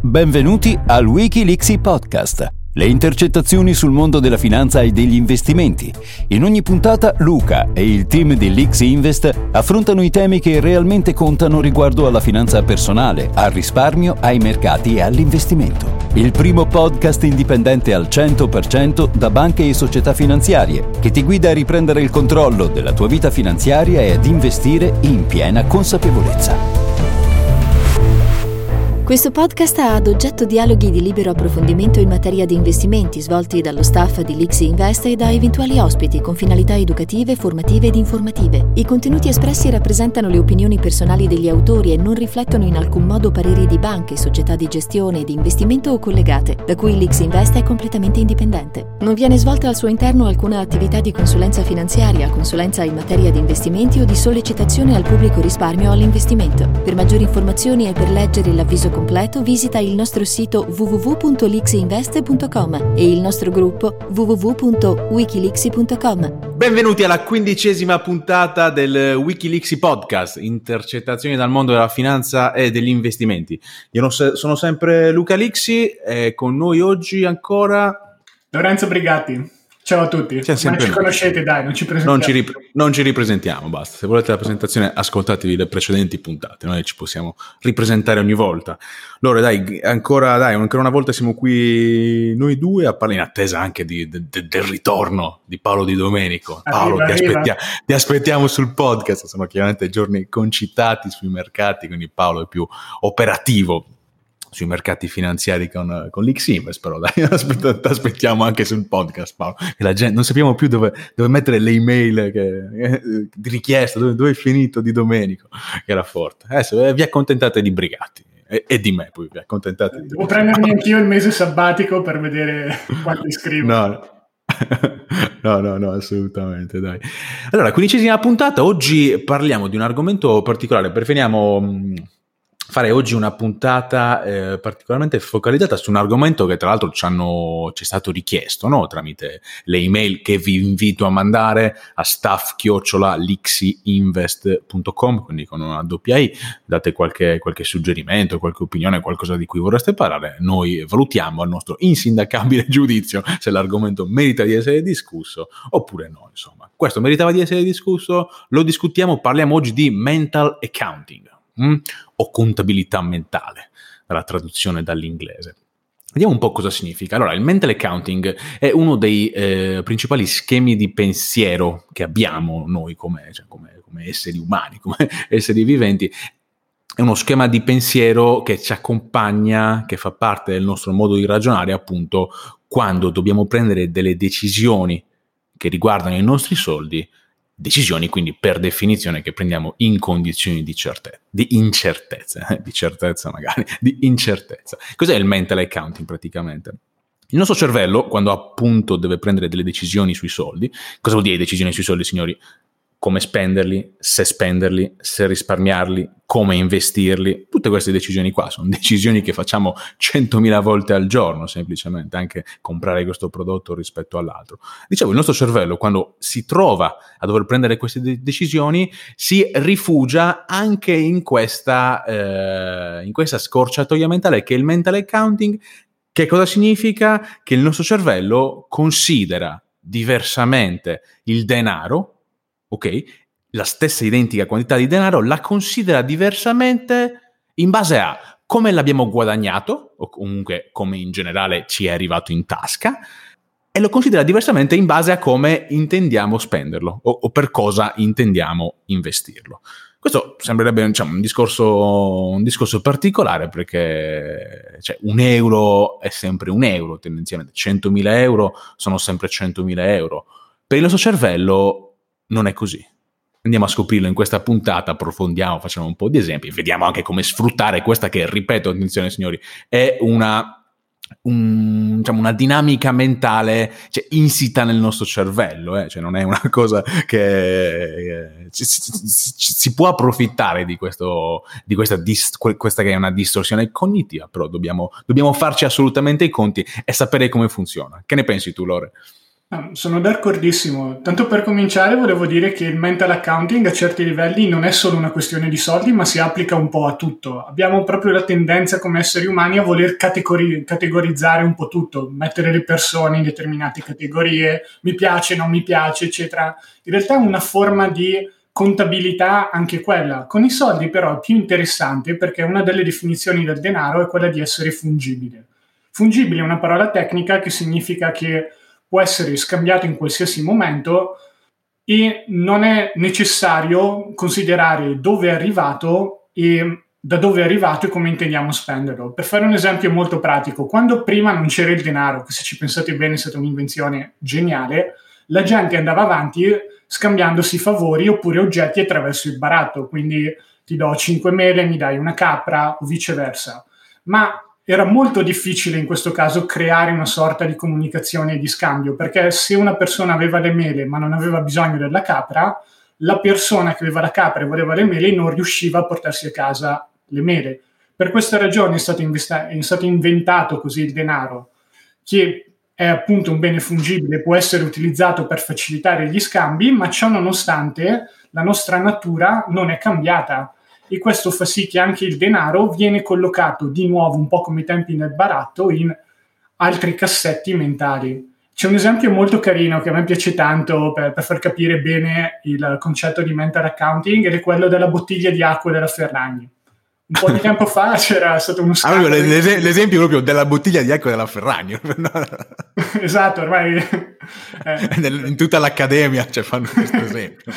Benvenuti al Wikileaks Podcast, le intercettazioni sul mondo della finanza e degli investimenti. In ogni puntata Luca e il team di Leaks Invest affrontano i temi che realmente contano riguardo alla finanza personale, al risparmio, ai mercati e all'investimento. Il primo podcast indipendente al 100% da banche e società finanziarie, che ti guida a riprendere il controllo della tua vita finanziaria e ad investire in piena consapevolezza. Questo podcast ha ad oggetto dialoghi di libero approfondimento in materia di investimenti svolti dallo staff di Leaks Invest e da eventuali ospiti con finalità educative, formative ed informative. I contenuti espressi rappresentano le opinioni personali degli autori e non riflettono in alcun modo pareri di banche, società di gestione, di investimento o collegate, da cui Leaks Invest è completamente indipendente. Non viene svolta al suo interno alcuna attività di consulenza finanziaria, consulenza in materia di investimenti o di sollecitazione al pubblico risparmio all'investimento. Per maggiori informazioni e per leggere l'avviso completo visita il nostro sito www.leaksinvest.com e il nostro gruppo www.wikileaks.com. Benvenuti alla 15ª puntata del Wikileaks Podcast, intercettazioni dal mondo della finanza e degli investimenti. Io sono sempre Luca Lixi e con noi oggi ancora Lorenzo Brigatti. Ciao a tutti, ma ci conoscete, dai, non ci presentiamo. Non ci ripresentiamo, basta. Se volete la presentazione ascoltatevi le precedenti puntate, noi ci possiamo ripresentare ogni volta. Allora ancora una volta siamo qui noi due a parlare in attesa anche del ritorno di Paolo Di Domenico. Paolo, ti aspettiamo sul podcast, sono chiaramente giorni concitati sui mercati, quindi Paolo è più operativo sui mercati finanziari con Leaks Invest, però dai, aspettiamo anche sul podcast, Paolo, che la gente non sappiamo più dove mettere le email di richiesta, dove è finito Di Domenico, che era forte. Adesso vi accontentate di Brigatti e di me, poi vi accontentate. Devo prendermi anch'io il mese sabbatico per vedere quanti scrivo. No, assolutamente, dai. Allora, 15ª puntata, oggi parliamo di un argomento particolare, preferiamo fare oggi una puntata particolarmente focalizzata su un argomento che tra l'altro ci è stato richiesto, no? Tramite le email che vi invito a mandare a staff@leaksinvest.com, quindi con una doppia I, date qualche suggerimento, qualche opinione, qualcosa di cui vorreste parlare, noi valutiamo al nostro insindacabile giudizio se l'argomento merita di essere discusso oppure no, insomma. Questo meritava di essere discusso, lo discutiamo, parliamo oggi di mental accounting. O contabilità mentale, dalla traduzione dall'inglese. Vediamo un po' cosa significa. Allora, il mental accounting è uno dei principali schemi di pensiero che abbiamo noi come esseri umani, come esseri viventi. È uno schema di pensiero che ci accompagna, che fa parte del nostro modo di ragionare, appunto, quando dobbiamo prendere delle decisioni che riguardano i nostri soldi, decisioni quindi per definizione che prendiamo in condizioni di incertezza. Cos'è il mental accounting praticamente? Il nostro cervello, quando appunto deve prendere delle decisioni sui soldi, cosa vuol dire decisioni sui soldi, signori? Come spenderli, se risparmiarli, come investirli, tutte queste decisioni qua sono decisioni che facciamo 100.000 volte al giorno, semplicemente, anche comprare questo prodotto rispetto all'altro. Dicevo, il nostro cervello, quando si trova a dover prendere queste decisioni, si rifugia anche in questa scorciatoia mentale che è il mental accounting. Che cosa significa? Che il nostro cervello considera diversamente il denaro, ok? La stessa identica quantità di denaro la considera diversamente in base a come l'abbiamo guadagnato, o comunque come in generale ci è arrivato in tasca, e lo considera diversamente in base a come intendiamo spenderlo o per cosa intendiamo investirlo. Questo sembrerebbe un discorso particolare, perché un euro è sempre un euro, tendenzialmente 100.000 euro sono sempre 100.000 euro. Per il nostro cervello non è così. Andiamo a scoprirlo in questa puntata, approfondiamo, facciamo un po' di esempi, vediamo anche come sfruttare questa che, ripeto, attenzione signori, è una dinamica mentale insita nel nostro cervello, non è una cosa che si può approfittare di questa che è una distorsione cognitiva, però dobbiamo farci assolutamente i conti e sapere come funziona. Che ne pensi tu, Lore? Sono d'accordissimo. Tanto per cominciare volevo dire che il mental accounting a certi livelli non è solo una questione di soldi, ma si applica un po' a tutto. Abbiamo proprio la tendenza come esseri umani a voler categorizzare un po' tutto, mettere le persone in determinate categorie, mi piace, non mi piace, eccetera. In realtà è una forma di contabilità anche quella. Con i soldi però è più interessante perché una delle definizioni del denaro è quella di essere fungibile. Fungibile è una parola tecnica che significa che può essere scambiato in qualsiasi momento e non è necessario considerare dove è arrivato e da dove è arrivato e come intendiamo spenderlo. Per fare un esempio molto pratico, quando prima non c'era il denaro, che se ci pensate bene è stata un'invenzione geniale, la gente andava avanti scambiandosi favori oppure oggetti attraverso il baratto, quindi ti do 5 mele, mi dai una capra o viceversa. Ma era molto difficile in questo caso creare una sorta di comunicazione e di scambio, perché se una persona aveva le mele ma non aveva bisogno della capra, la persona che aveva la capra e voleva le mele non riusciva a portarsi a casa le mele. Per questa ragione è stato inventato così il denaro, che è appunto un bene fungibile, può essere utilizzato per facilitare gli scambi, ma ciò nonostante la nostra natura non è cambiata. E questo fa sì che anche il denaro viene collocato di nuovo, un po' come i tempi nel baratto, in altri cassetti mentali. C'è un esempio molto carino che a me piace tanto per far capire bene il concetto di mental accounting, ed è quello della bottiglia di acqua della Ferragni. Un po' di tempo fa c'era stato uno scandalo. L'esempio proprio della bottiglia di acqua della Ferragni. Esatto, ormai in tutta l'accademia fanno questo esempio.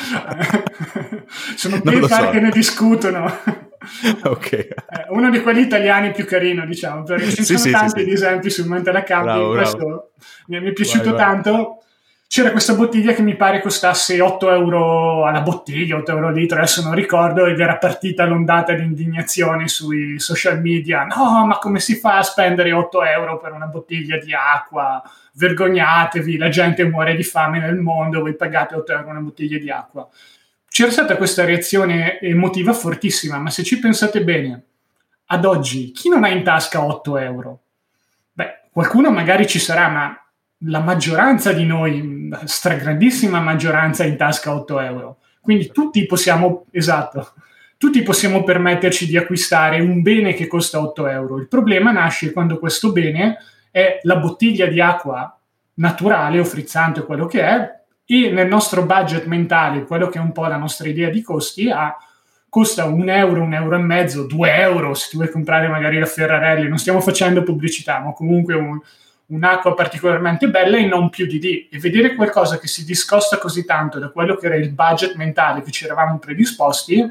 Sono paper che ne discutono. Ok. Uno di quelli italiani più carino, diciamo, perché ci sono tanti esempi sul mental accounting. Questo mi è piaciuto tanto. C'era questa bottiglia che mi pare costasse 8 euro alla bottiglia, 8 euro al litro, adesso non ricordo, ed era partita l'ondata di indignazione sui social media. No, ma come si fa a spendere 8 euro per una bottiglia di acqua? Vergognatevi, la gente muore di fame nel mondo, voi pagate 8 euro una bottiglia di acqua. C'era stata questa reazione emotiva fortissima, ma se ci pensate bene, ad oggi, chi non ha in tasca 8 euro? Beh, qualcuno magari ci sarà, ma la maggioranza di noi, stragrandissima maggioranza, ha in tasca 8 euro. Quindi tutti possiamo permetterci di acquistare un bene che costa 8 euro. Il problema nasce quando questo bene è la bottiglia di acqua naturale o frizzante o quello che è, e nel nostro budget mentale, quello che è un po' la nostra idea di costi, costa 1 euro, 1 euro e mezzo, 2 euro se tu vuoi comprare magari la Ferrarelli. Non stiamo facendo pubblicità, ma comunque un'acqua particolarmente bella e non più di lì. E vedere qualcosa che si discosta così tanto da quello che era il budget mentale che ci eravamo predisposti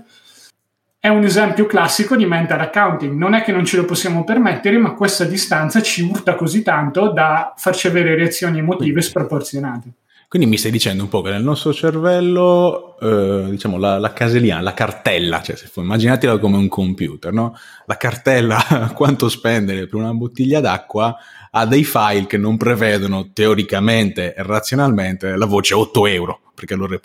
è un esempio classico di mental accounting. Non è che non ce lo possiamo permettere, ma questa distanza ci urta così tanto da farci avere reazioni emotive sproporzionate. Quindi mi stai dicendo un po' che nel nostro cervello, diciamo, la casellina, la cartella, cioè immaginatela come un computer, no? La cartella, quanto spendere per una bottiglia d'acqua, ha dei file che non prevedono teoricamente e razionalmente la voce 8 euro, perché lo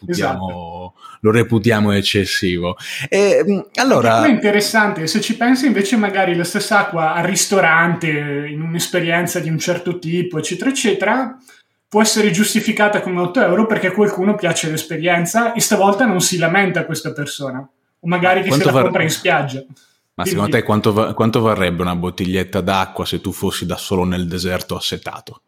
reputiamo eccessivo. E allora è interessante, se ci pensi invece magari la stessa acqua al ristorante, in un'esperienza di un certo tipo, eccetera, eccetera, può essere giustificata come 8 euro perché a qualcuno piace l'esperienza e stavolta non si lamenta questa persona, o magari che se la compra in spiaggia. Ma secondo te quanto varrebbe una bottiglietta d'acqua se tu fossi da solo nel deserto assetato?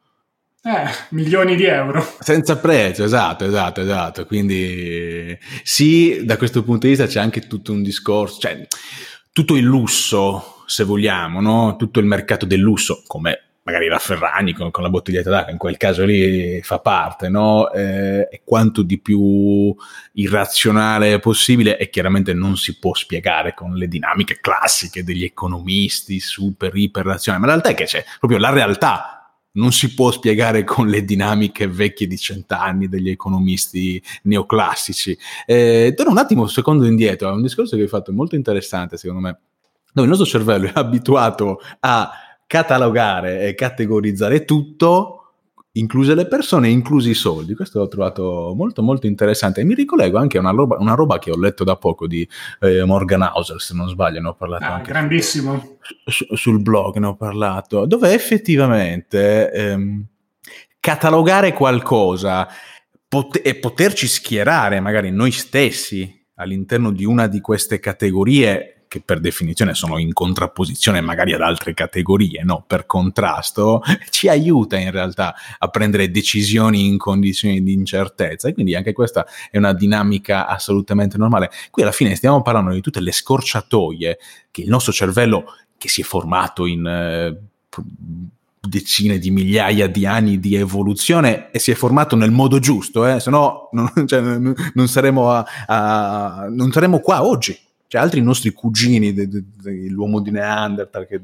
Milioni di euro. Senza prezzo, esatto. Quindi sì, da questo punto di vista c'è anche tutto un discorso, cioè tutto il lusso, se vogliamo, no? Tutto il mercato del lusso, come magari la Ferragni con la bottiglietta d'acqua, in quel caso lì fa parte, no? E quanto di più irrazionale possibile, e chiaramente non si può spiegare con le dinamiche classiche degli economisti super iper razionali, ma la realtà è che c'è proprio la realtà. Non si può spiegare con le dinamiche vecchie di 100 anni degli economisti neoclassici. Torno un attimo, un secondo indietro, a un discorso che hai fatto molto interessante, secondo me, dove il nostro cervello è abituato a catalogare e categorizzare tutto, incluse le persone, inclusi i soldi. Questo l'ho trovato molto molto interessante, e mi ricollego anche a una roba che ho letto da poco di Morgan Housel, se non sbaglio, ne ho parlato anche grandissimo sul blog, ne ho parlato, dove effettivamente catalogare qualcosa e poterci schierare magari noi stessi all'interno di una di queste categorie che per definizione sono in contrapposizione magari ad altre categorie, no? Per contrasto, ci aiuta in realtà a prendere decisioni in condizioni di incertezza, e quindi anche questa è una dinamica assolutamente normale. Qui alla fine stiamo parlando di tutte le scorciatoie che il nostro cervello, che si è formato in decine di migliaia di anni di evoluzione e si è formato nel modo giusto, se no non saremo non saremo qua oggi. Cioè, altri nostri cugini, l'uomo di Neanderthal, che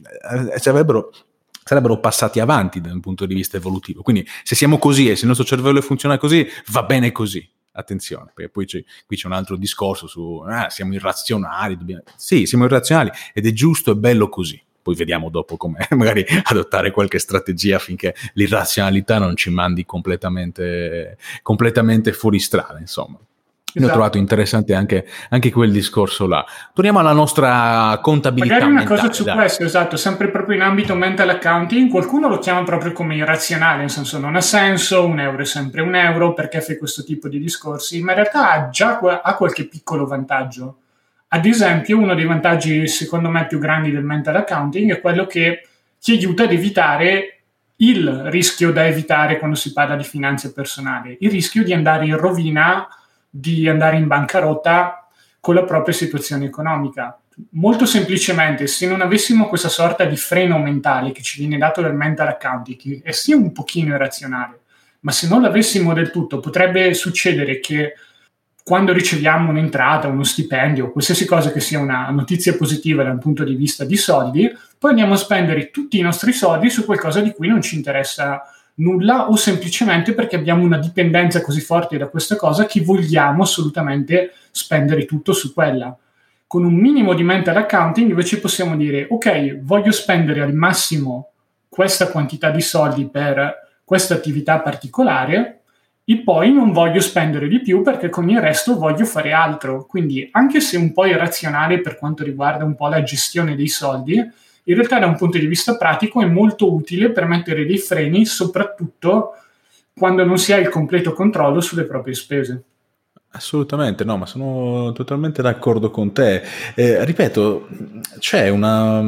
sarebbero passati avanti da un punto di vista evolutivo. Quindi se siamo così e se il nostro cervello funziona così, va bene così. Attenzione, perché poi qui c'è un altro discorso su siamo irrazionali. Sì, siamo irrazionali ed è giusto e bello così. Poi vediamo dopo come magari adottare qualche strategia affinché l'irrazionalità non ci mandi completamente fuori strada, insomma. Io ho trovato interessante anche quel discorso là. Torniamo alla nostra contabilità magari una mentale, cosa su questo, esatto, sempre proprio in ambito mental accounting. Qualcuno lo chiama proprio come irrazionale, nel senso non ha senso, €1 è sempre €1, perché fai questo tipo di discorsi? Ma in realtà ha qualche piccolo vantaggio. Ad esempio, uno dei vantaggi secondo me più grandi del mental accounting è quello che ti aiuta ad evitare il rischio da evitare quando si parla di finanze personali, il rischio di andare in rovina, di andare in bancarotta con la propria situazione economica. Molto semplicemente, se non avessimo questa sorta di freno mentale che ci viene dato dal mental accounting, che è sia un pochino irrazionale, ma se non l'avessimo del tutto, potrebbe succedere che quando riceviamo un'entrata, uno stipendio, qualsiasi cosa che sia una notizia positiva dal punto di vista di soldi, poi andiamo a spendere tutti i nostri soldi su qualcosa di cui non ci interessa nulla, o semplicemente perché abbiamo una dipendenza così forte da questa cosa che vogliamo assolutamente spendere tutto su quella. Con un minimo di mental accounting invece possiamo dire: ok, voglio spendere al massimo questa quantità di soldi per questa attività particolare e poi non voglio spendere di più perché con il resto voglio fare altro. Quindi, anche se un po' irrazionale per quanto riguarda un po' la gestione dei soldi, in realtà da un punto di vista pratico è molto utile per mettere dei freni, soprattutto quando non si ha il completo controllo sulle proprie spese. Assolutamente, no, ma sono totalmente d'accordo con te. Ripeto, c'è una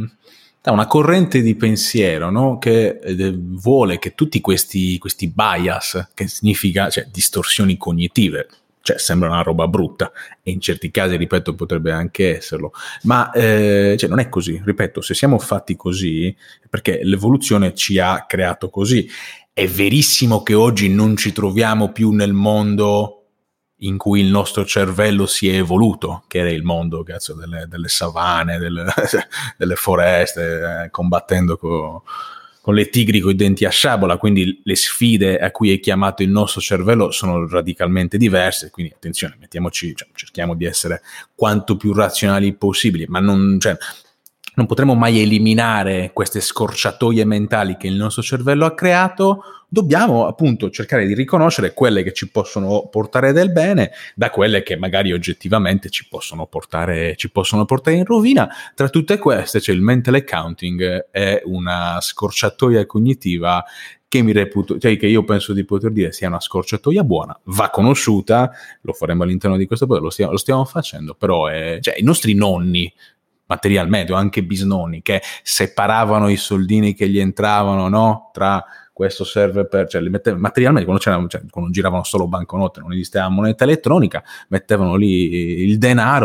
corrente di pensiero, no? Che vuole che tutti questi bias, che significa, cioè, distorsioni cognitive, cioè sembra una roba brutta e in certi casi, ripeto, potrebbe anche esserlo, ma cioè, non è così. Ripeto, se siamo fatti così perché l'evoluzione ci ha creato così. È verissimo che oggi non ci troviamo più nel mondo in cui il nostro cervello si è evoluto, che era il mondo, cazzo, delle savane, delle foreste, combattendo con le tigri con i denti a sciabola. Quindi le sfide a cui è chiamato il nostro cervello sono radicalmente diverse. Quindi attenzione, cerchiamo di essere quanto più razionali possibili, ma non potremo mai eliminare queste scorciatoie mentali che il nostro cervello ha creato. Dobbiamo appunto cercare di riconoscere quelle che ci possono portare del bene da quelle che magari oggettivamente ci possono portare in rovina. Tra tutte queste c'è il mental accounting, è una scorciatoia cognitiva che che io penso di poter dire sia una scorciatoia buona, va conosciuta, lo faremo all'interno di questo podcast, lo stiamo facendo, però i nostri nonni materialmente, o anche bisnonni, che separavano i soldini che gli entravano, no? Tra questo serve per, li mettevano materialmente, quando giravano solo banconote, non esisteva moneta elettronica, mettevano lì il denaro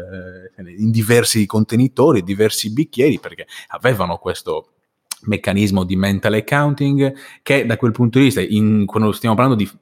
in diversi contenitori, diversi bicchieri, perché avevano questo meccanismo di mental accounting che da quel punto di vista, quando stiamo parlando di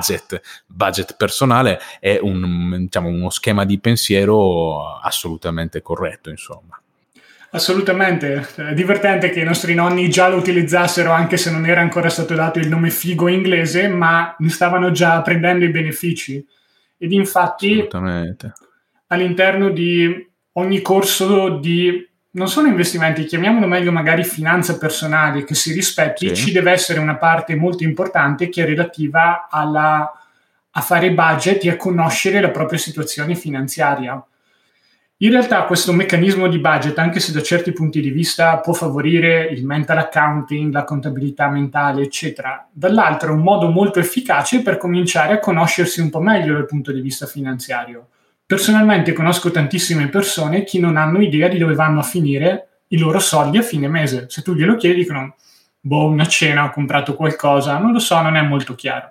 budget personale, è uno schema di pensiero assolutamente corretto, insomma. Assolutamente, è divertente che i nostri nonni già lo utilizzassero anche se non era ancora stato dato il nome figo inglese, ma ne stavano già prendendo i benefici. Ed infatti all'interno di ogni corso di, non sono investimenti, chiamiamolo meglio magari finanza personale, che si rispetti, ci deve essere una parte molto importante che è relativa a fare budget e a conoscere la propria situazione finanziaria. In realtà questo meccanismo di budget, anche se da certi punti di vista può favorire il mental accounting, la contabilità mentale, eccetera, dall'altro è un modo molto efficace per cominciare a conoscersi un po' meglio dal punto di vista finanziario. Personalmente conosco tantissime persone che non hanno idea di dove vanno a finire i loro soldi a fine mese. Se tu glielo chiedi, dicono, una cena, ho comprato qualcosa, non lo so, non è molto chiaro.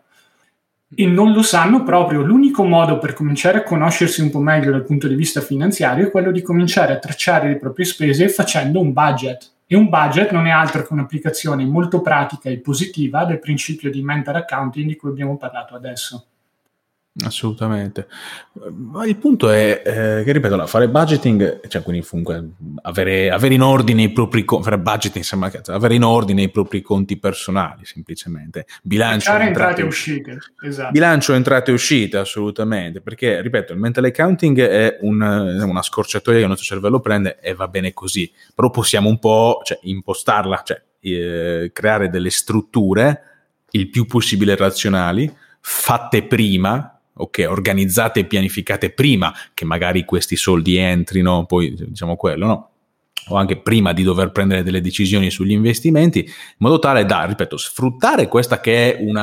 E non lo sanno proprio. L'unico modo per cominciare a conoscersi un po' meglio dal punto di vista finanziario è quello di cominciare a tracciare le proprie spese facendo un budget. E un budget non è altro che un'applicazione molto pratica e positiva del principio di mental accounting di cui abbiamo parlato adesso. Assolutamente, ma il punto è che, ripeto, fare budgeting, cioè quindi comunque avere in ordine i propri conti, fare budgeting sembra che avere in ordine i propri conti personali, semplicemente bilancio entrate e uscite, esatto. Bilancio entrate e uscite, assolutamente, perché ripeto, il mental accounting è una scorciatoia che il nostro cervello prende e va bene così, però possiamo un po', cioè, impostarla, cioè creare delle strutture il più possibile razionali, fatte prima, ok, organizzate e pianificate prima che magari questi soldi entrino, poi diciamo quello, no? O anche prima di dover prendere delle decisioni sugli investimenti, in modo tale da, ripeto, sfruttare questa che è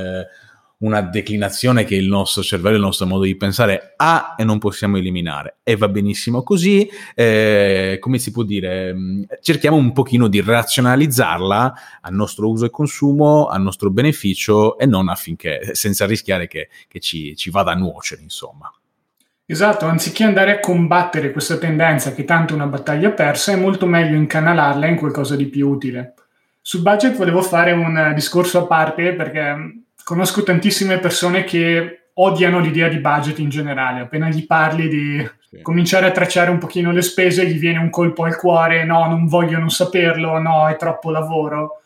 una declinazione che il nostro cervello, il nostro modo di pensare ha e non possiamo eliminare, e va benissimo così. Come si può dire, cerchiamo un pochino di razionalizzarla a nostro uso e consumo, a nostro beneficio, e non affinché, senza rischiare che ci vada a nuocere, insomma. Esatto, anziché andare a combattere questa tendenza che tanto è una battaglia persa, è molto meglio incanalarla in qualcosa di più utile. Sul budget volevo fare un discorso a parte, perché conosco tantissime persone che odiano l'idea di budget in generale. Appena gli parli di cominciare a tracciare un pochino le spese, gli viene un colpo al cuore, no, non vogliono saperlo, no, è troppo lavoro.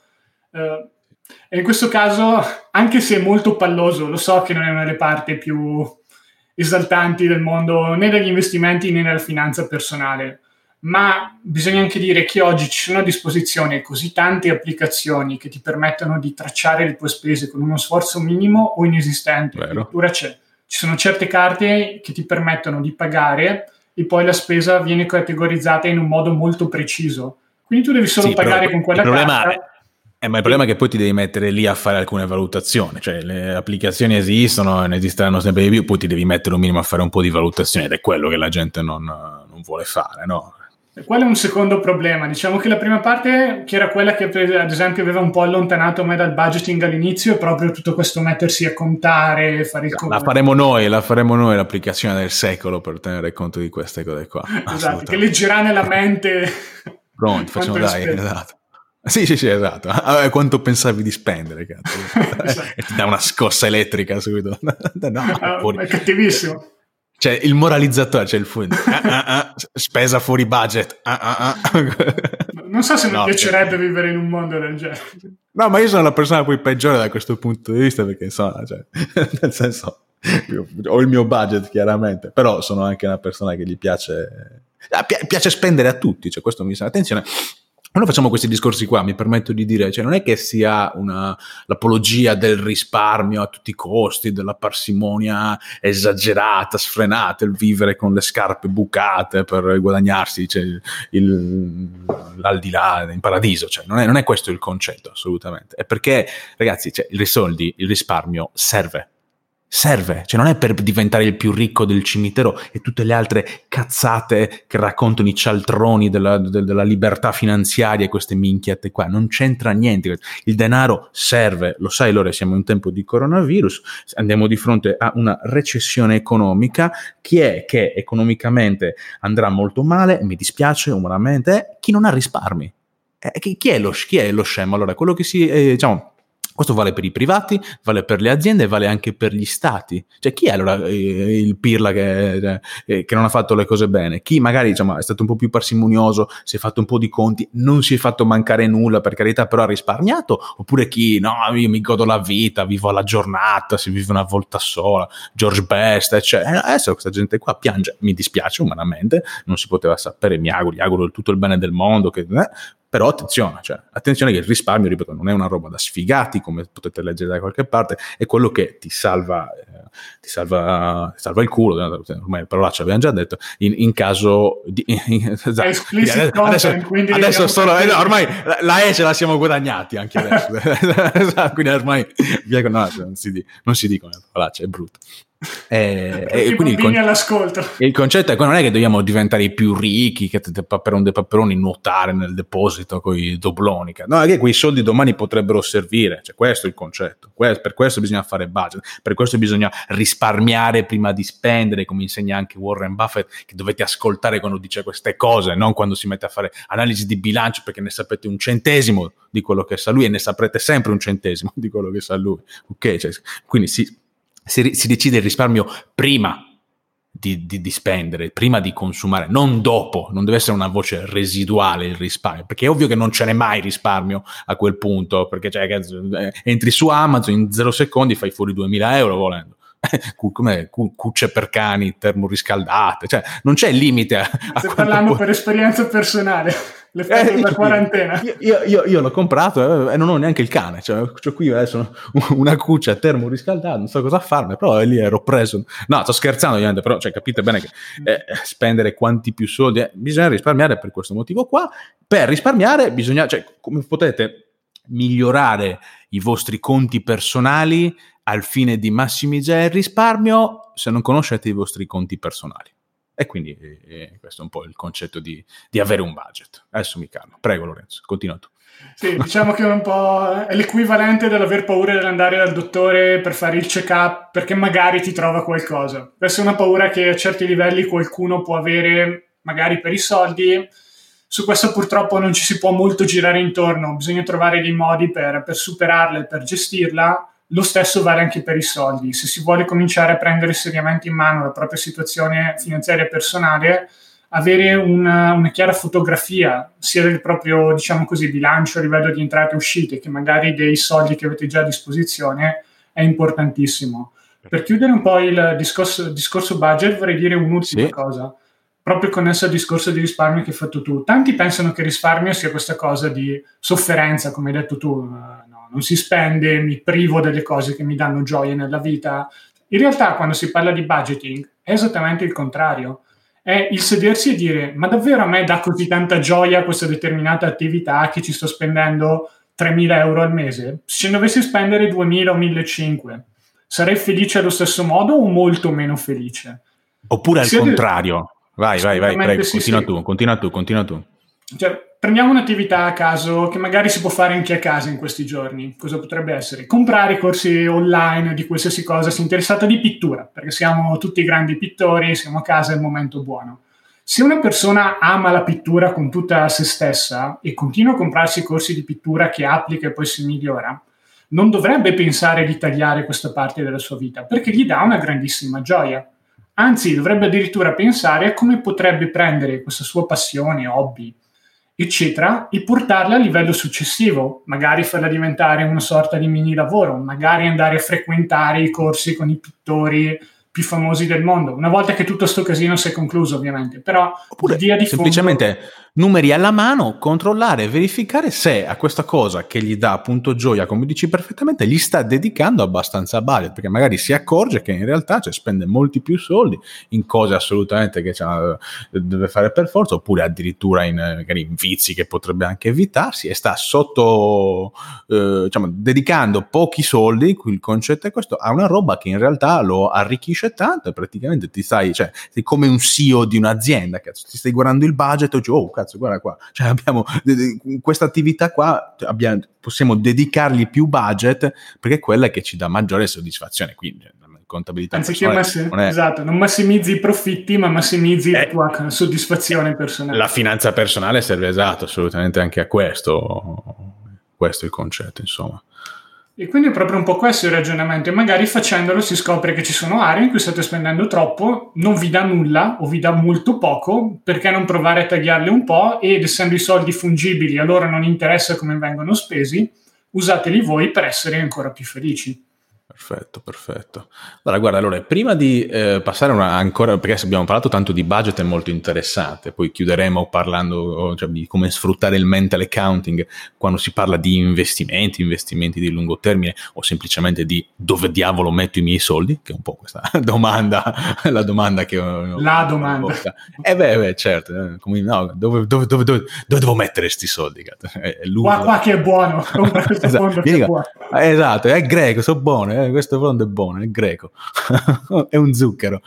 E in questo caso, anche se è molto palloso, lo so che non è una delle parti più esaltanti del mondo, né degli investimenti né nella finanza personale, ma bisogna anche dire che oggi ci sono a disposizione così tante applicazioni che ti permettono di tracciare le tue spese con uno sforzo minimo o inesistente. Addirittura ci sono certe carte che ti permettono di pagare e poi la spesa viene categorizzata in un modo molto preciso. Quindi tu devi solo pagare con quella carta. Ma il problema è che poi ti devi mettere lì a fare alcune valutazioni, cioè le applicazioni esistono e ne esisteranno sempre di più, poi ti devi mettere un minimo a fare un po' di valutazione, ed è quello che la gente non vuole fare, no? Quello è un secondo problema. Diciamo che la prima parte, che era quella che ad esempio aveva un po' allontanato me dal budgeting all'inizio, è proprio tutto questo mettersi a contare, fare il conto. La faremo noi l'applicazione del secolo per tenere conto di queste cose qua. Esatto, che leggerà nella mente. Pronti, facciamo dai, esatto. Sì, esatto. Quanto pensavi di spendere, cazzo? Esatto. E ti dà una scossa elettrica subito. No, è cattivissimo. C'è il moralizzatore, c'è il fondo. Spesa fuori budget. Non so se mi piacerebbe vivere in un mondo del genere. No, ma io sono la persona poi peggiore da questo punto di vista, perché insomma, cioè, nel senso, ho il mio budget chiaramente, però sono anche una persona che gli piace spendere a tutti, cioè questo mi sa. Attenzione. Quando facciamo questi discorsi qua, mi permetto di dire, cioè non è che sia l'apologia del risparmio a tutti i costi, della parsimonia esagerata, sfrenata, il vivere con le scarpe bucate per guadagnarsi, cioè, l'aldilà in paradiso, cioè non è questo il concetto, assolutamente. È perché, ragazzi, cioè, il risparmio serve, cioè non è per diventare il più ricco del cimitero e tutte le altre cazzate che raccontano i cialtroni della libertà finanziaria e queste minchiette qua, non c'entra niente. Il denaro serve, lo sai Lore, siamo in tempo di coronavirus, andiamo di fronte a una recessione economica. Chi è che economicamente andrà molto male, mi dispiace umanamente, chi non ha risparmi. Chi è lo scemo? Allora, quello che diciamo, questo vale per i privati, vale per le aziende e vale anche per gli stati. Cioè, chi è allora il pirla che non ha fatto le cose bene? Chi magari, diciamo, è stato un po' più parsimonioso, si è fatto un po' di conti, non si è fatto mancare nulla, per carità, però ha risparmiato? Oppure chi, no, io mi godo la vita, vivo alla giornata, si vive una volta sola, George Best, eccetera. Adesso questa gente qua piange, mi dispiace umanamente, non si poteva sapere, gli auguro tutto il bene del mondo, Però attenzione che il risparmio, ripeto, non è una roba da sfigati, come potete leggere da qualche parte, è quello che ti salva il culo, ormai le parolacce abbiamo già detto, in caso di... adesso solo, ormai la E ce la siamo guadagnati anche adesso, quindi ormai non si dicono le parolacce, è brutto. E quindi il concetto è che non è che dobbiamo diventare i più ricchi, che Paperon de Paperoni nuotare nel deposito con i dobloni, no, è che quei soldi domani potrebbero servire, questo è il concetto, per questo bisogna fare budget, per questo bisogna risparmiare prima di spendere, come insegna anche Warren Buffett, che dovete ascoltare quando dice queste cose, non quando si mette a fare analisi di bilancio, perché ne sapete un centesimo di quello che sa lui e ne saprete sempre un centesimo di quello che sa lui, ok? Quindi si decide il risparmio prima di spendere, prima di consumare, non dopo. Non deve essere una voce residuale il risparmio, perché è ovvio che non ce n'è mai risparmio a quel punto, perché entri su Amazon in 0 secondi fai fuori 2.000 euro volendo. Come cucce per cani termoriscaldate, non c'è limite a stai parlando per esperienza personale, l'effetto della quarantena. Io l'ho comprato e non ho neanche il cane, c'ho qui adesso una cuccia termoriscaldata, non so cosa farne, però lì ero preso. No, sto scherzando ovviamente, però capite bene che spendere quanti più soldi bisogna risparmiare per questo motivo qua. Per risparmiare bisogna, come potete migliorare i vostri conti personali al fine di massimizzare il risparmio se non conoscete i vostri conti personali. E quindi questo è un po' il concetto di avere un budget. Adesso mi calmo. Prego Lorenzo, continua tu. Sì, diciamo che è un po' è l'equivalente dell'aver paura di andare dal dottore per fare il check-up perché magari ti trova qualcosa. Questa è una paura che a certi livelli qualcuno può avere magari per i soldi. Su questo purtroppo non ci si può molto girare intorno, bisogna trovare dei modi per superarla e per gestirla. Lo stesso vale anche per i soldi. Se si vuole cominciare a prendere seriamente in mano la propria situazione finanziaria personale, avere una chiara fotografia sia del proprio, diciamo così, bilancio a livello di entrate e uscite, che magari dei soldi che avete già a disposizione, è importantissimo. Per chiudere un po' il discorso budget, vorrei dire un'ultima cosa, proprio connesso al discorso di risparmio che hai fatto tu. Tanti pensano che risparmio sia questa cosa di sofferenza, come hai detto tu, non si spende, mi privo delle cose che mi danno gioia nella vita. In realtà, quando si parla di budgeting, è esattamente il contrario. È il sedersi e dire, ma davvero a me dà così tanta gioia questa determinata attività che ci sto spendendo 3.000 euro al mese? Se dovessi spendere 2.000 o 1.500, sarei felice allo stesso modo o molto meno felice? Oppure al contrario? Vai, prego, continua tu. Prendiamo un'attività a caso che magari si può fare anche a casa in questi giorni. Cosa potrebbe essere? Comprare corsi online di qualsiasi cosa. Si è interessata di pittura, perché siamo tutti grandi pittori, siamo a casa, è il momento buono. Se una persona ama la pittura con tutta se stessa e continua a comprarsi corsi di pittura che applica e poi si migliora, non dovrebbe pensare di tagliare questa parte della sua vita, perché gli dà una grandissima gioia. Anzi, dovrebbe addirittura pensare a come potrebbe prendere questa sua passione, hobby, eccetera, e portarla a livello successivo, magari farla diventare una sorta di mini lavoro, magari andare a frequentare i corsi con i pittori più famosi del mondo, una volta che tutto sto casino si è concluso ovviamente, però oppure semplicemente numeri alla mano, controllare, verificare se a questa cosa che gli dà appunto gioia, come dici perfettamente, gli sta dedicando abbastanza budget, perché magari si accorge che in realtà spende molti più soldi in cose assolutamente che deve fare per forza, oppure addirittura in vizi che potrebbe anche evitarsi, e sta dedicando pochi soldi. Il concetto è questo, a una roba che in realtà lo arricchisce tanto, e praticamente sei come un CEO di un'azienda, cazzo, ti stai guardando il budget e cazzo, guarda qua, abbiamo questa attività qua, possiamo dedicargli più budget perché è quella che ci dà maggiore soddisfazione. Quindi la contabilità esatto, non massimizzi i profitti, ma massimizzi la tua soddisfazione personale. La finanza personale serve assolutamente anche a questo è il concetto, insomma. E quindi è proprio un po' questo il ragionamento, e magari facendolo si scopre che ci sono aree in cui state spendendo troppo, non vi dà nulla o vi dà molto poco, perché non provare a tagliarle un po', ed essendo i soldi fungibili a loro non interessa come vengono spesi, usateli voi per essere ancora più felici. Perfetto. Allora, prima di passare ancora, perché abbiamo parlato tanto di budget, è molto interessante, poi chiuderemo parlando di come sfruttare il mental accounting quando si parla di investimenti di lungo termine, o semplicemente di dove diavolo metto i miei soldi, che è un po' questa domanda, la domanda che... La domanda. Certo, dove devo mettere sti soldi? Qua che è buono, compra questo fondo che è buono. Esatto, è greco, so buono, questo fondo è buono, è greco, è un zucchero.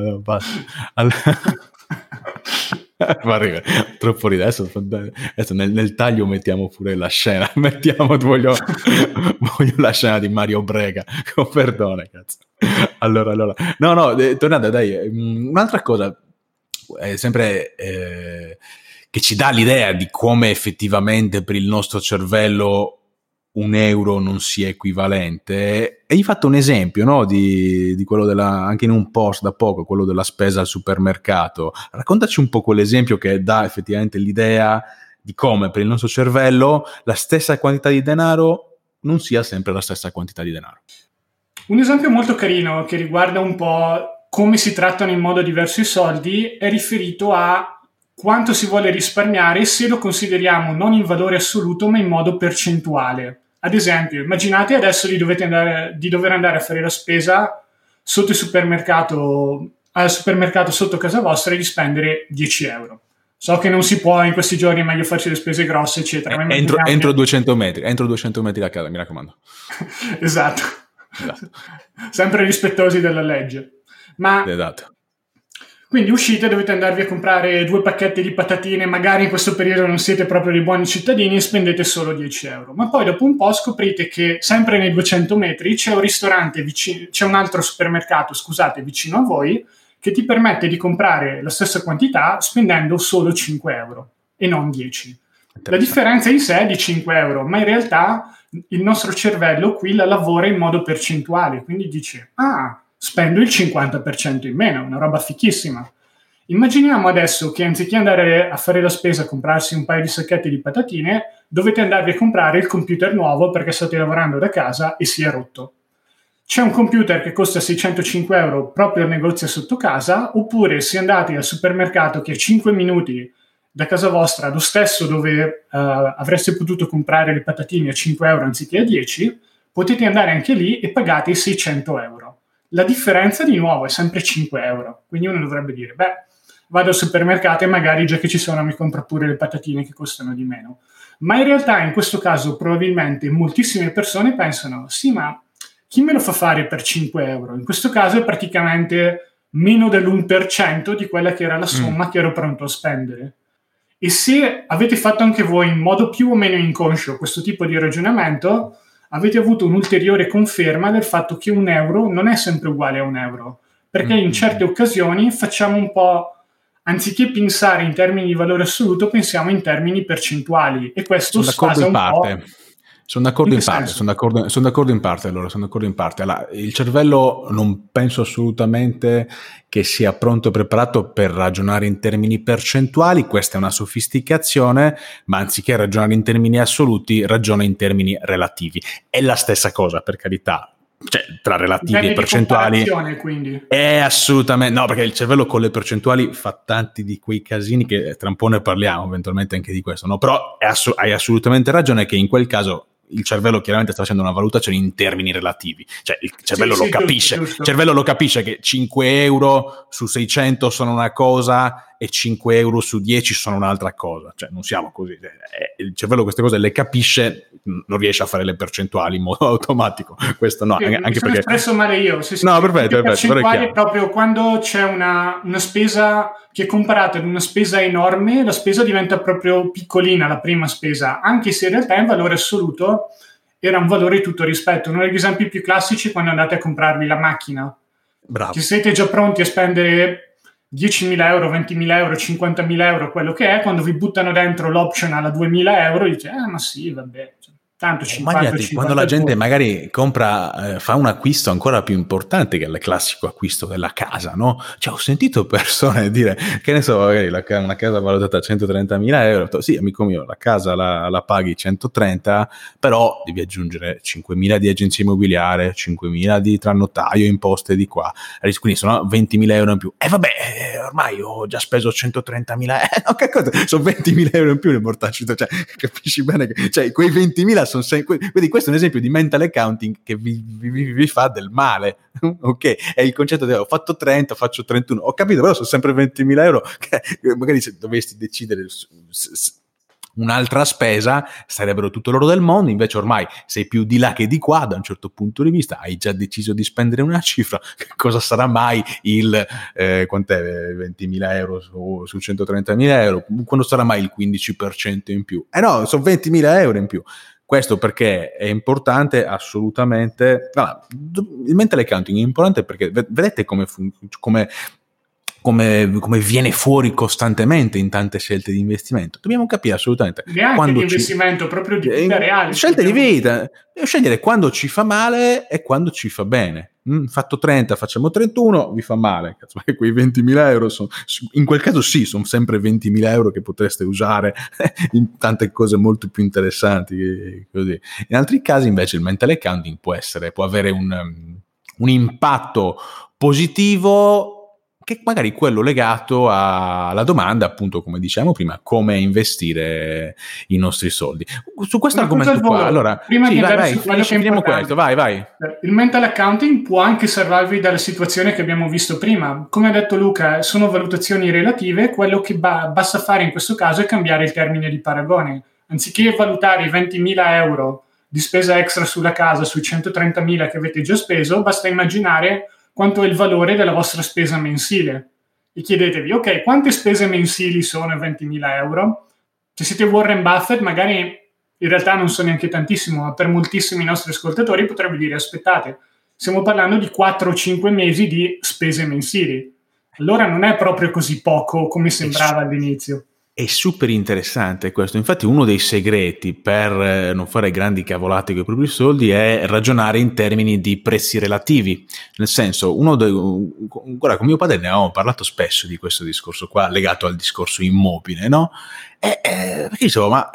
Troppo ridere. Adesso nel taglio mettiamo pure la scena, voglio la scena di Mario Brega, con perdone, cazzo. Allora, tornando, dai, un'altra cosa, sempre che ci dà l'idea di come effettivamente per il nostro cervello un euro non sia equivalente, e hai fatto un esempio, no, di quello anche in un post da poco, quello della spesa al supermercato. Raccontaci un po' quell'esempio che dà effettivamente l'idea di come per il nostro cervello la stessa quantità di denaro non sia sempre la stessa quantità di denaro. Un esempio molto carino che riguarda un po' come si trattano in modo diverso i soldi è riferito a quanto si vuole risparmiare se lo consideriamo non in valore assoluto ma in modo percentuale. Ad esempio, immaginate adesso di dover andare a fare la spesa sotto il supermercato, al supermercato sotto casa vostra, e di spendere 10 euro. So che non si può in questi giorni, è meglio farci le spese grosse, eccetera. Entro 200 metri da casa, mi raccomando. Esatto. Sempre rispettosi della legge. Esatto. Quindi uscite, dovete andarvi a comprare 2 pacchetti di patatine, magari in questo periodo non siete proprio dei buoni cittadini e spendete solo 10 euro. Ma poi dopo un po' scoprite che sempre nei 200 metri c'è un ristorante c'è un altro supermercato, vicino a voi, che ti permette di comprare la stessa quantità spendendo solo 5 euro e non 10. La differenza in sé è di 5 euro, ma in realtà il nostro cervello qui la lavora in modo percentuale, quindi dice, spendo il 50% in meno, una roba fichissima. Immaginiamo adesso che anziché andare a fare la spesa a comprarsi un paio di sacchetti di patatine, dovete andarvi a comprare il computer nuovo perché state lavorando da casa e si è rotto. C'è un computer che costa 605 euro proprio al negozio sotto casa, oppure se andate al supermercato che è 5 minuti da casa vostra, lo stesso dove avreste potuto comprare le patatine a 5 euro anziché a 10, potete andare anche lì e pagate i 600 euro. La differenza di nuovo è sempre 5 euro, quindi uno dovrebbe dire, vado al supermercato e magari già che ci sono mi compro pure le patatine che costano di meno. Ma in realtà in questo caso probabilmente moltissime persone pensano, sì, ma chi me lo fa fare per 5 euro? In questo caso è praticamente meno dell'1% di quella che era la somma che ero pronto a spendere. E se avete fatto anche voi in modo più o meno inconscio questo tipo di ragionamento, avete avuto un'ulteriore conferma del fatto che un euro non è sempre uguale a un euro, perché in certe occasioni facciamo un po', anziché pensare in termini di valore assoluto, pensiamo in termini percentuali, e questo sfasa un po'. Sono d'accordo in parte. Allora, il cervello non penso assolutamente che sia pronto e preparato per ragionare in termini percentuali, questa è una sofisticazione, ma anziché ragionare in termini assoluti, ragiona in termini relativi. È la stessa cosa, per carità. Cioè, tra relativi e percentuali quindi. È assolutamente no, perché il cervello con le percentuali fa tanti di quei casini che tra un po' ne parliamo eventualmente anche di questo, no? Però hai assolutamente ragione che in quel caso il cervello chiaramente sta facendo una valutazione in termini relativi, cioè il cervello lo capisce, giusto. Il cervello lo capisce che 5 euro su 600 sono una cosa e 5 euro su 10 sono un'altra cosa, cioè non siamo così, il cervello queste cose le capisce, non riesce a fare le percentuali in modo automatico, questo no, anche mi sono perché espresso male io, no, perfetto, percentuali è proprio quando c'è una spesa che comparata ad una spesa enorme, la spesa diventa proprio piccolina, la prima spesa, anche se in realtà in valore assoluto era un valore di tutto rispetto. Uno degli esempi più classici è quando andate a comprarvi la macchina. Bravo. Che siete già pronti a spendere 10.000 euro, 20.000 euro, 50.000 euro, quello che è, quando vi buttano dentro l'optional a 2.000 euro, dite, ma sì, vabbè, tanto 50, Immaginati 50 quando la gente giorni. magari compra, fa un acquisto ancora più importante che il classico acquisto della casa, no? Cioè, ho sentito persone dire, che ne so, magari una casa valutata a 130.000 euro, sì, amico mio, la casa la paghi 130, però devi aggiungere 5.000 di agenzia immobiliare, 5.000 di trannotaio, imposte di qua, quindi sono 20.000 euro in più. E vabbè, ormai ho già speso 130.000 euro, no, che cosa? Sono 20.000 euro in più nel mortaccio, cioè, capisci bene che, cioè, quei 20.000 sono vedi, questo è un esempio di mental accounting che vi fa del male. Ok, è il concetto di ho fatto 30, faccio 31, ho capito, però sono sempre 20.000 euro che magari se dovessi decidere un'altra spesa sarebbero tutto l'oro del mondo, invece ormai sei più di là che di qua da un certo punto di vista, hai già deciso di spendere una cifra, cosa sarà mai il quant'è 20.000 euro su 130.000 euro, quando sarà mai il 15% in più? No, sono 20.000 euro in più. Questo perché è importante assolutamente. Allora, il mental accounting è importante perché vedete come viene fuori costantemente in tante scelte di investimento. Dobbiamo capire assolutamente neanche quando di investimento, proprio di vita reale. Scelte di vita, scegliere quando ci fa male e quando ci fa bene. Fatto 30, facciamo 31, vi fa male. Cazzo, quei 20.000 euro in quel caso sì, sono sempre 20.000 euro che potreste usare in tante cose molto più interessanti. Così. In altri casi invece il mental accounting può avere un impatto positivo, che magari quello legato alla domanda, appunto, come diciamo prima, come investire i nostri soldi. Su questo argomento qua, allora, prima di andare su quello che è finiamo importante, questo, vai. Il mental accounting può anche salvarvi dalla situazione che abbiamo visto prima. Come ha detto Luca, sono valutazioni relative, quello che basta fare in questo caso è cambiare il termine di paragone. Anziché valutare i 20.000 euro di spesa extra sulla casa sui 130.000 che avete già speso, basta immaginare quanto è il valore della vostra spesa mensile. E chiedetevi, ok, quante spese mensili sono 20.000 euro? Se siete Warren Buffett, magari in realtà non so neanche tantissimo, ma per moltissimi nostri ascoltatori potrebbe dire, aspettate, stiamo parlando di 4 o 5 mesi di spese mensili. Allora non è proprio così poco come sembrava all'inizio. È super interessante questo. Infatti uno dei segreti per non fare grandi cavolate con i propri soldi è ragionare in termini di prezzi relativi. Nel senso, guarda, con mio padre ne avevamo parlato spesso di questo discorso qua, legato al discorso immobile, no? Perché dicevo, ma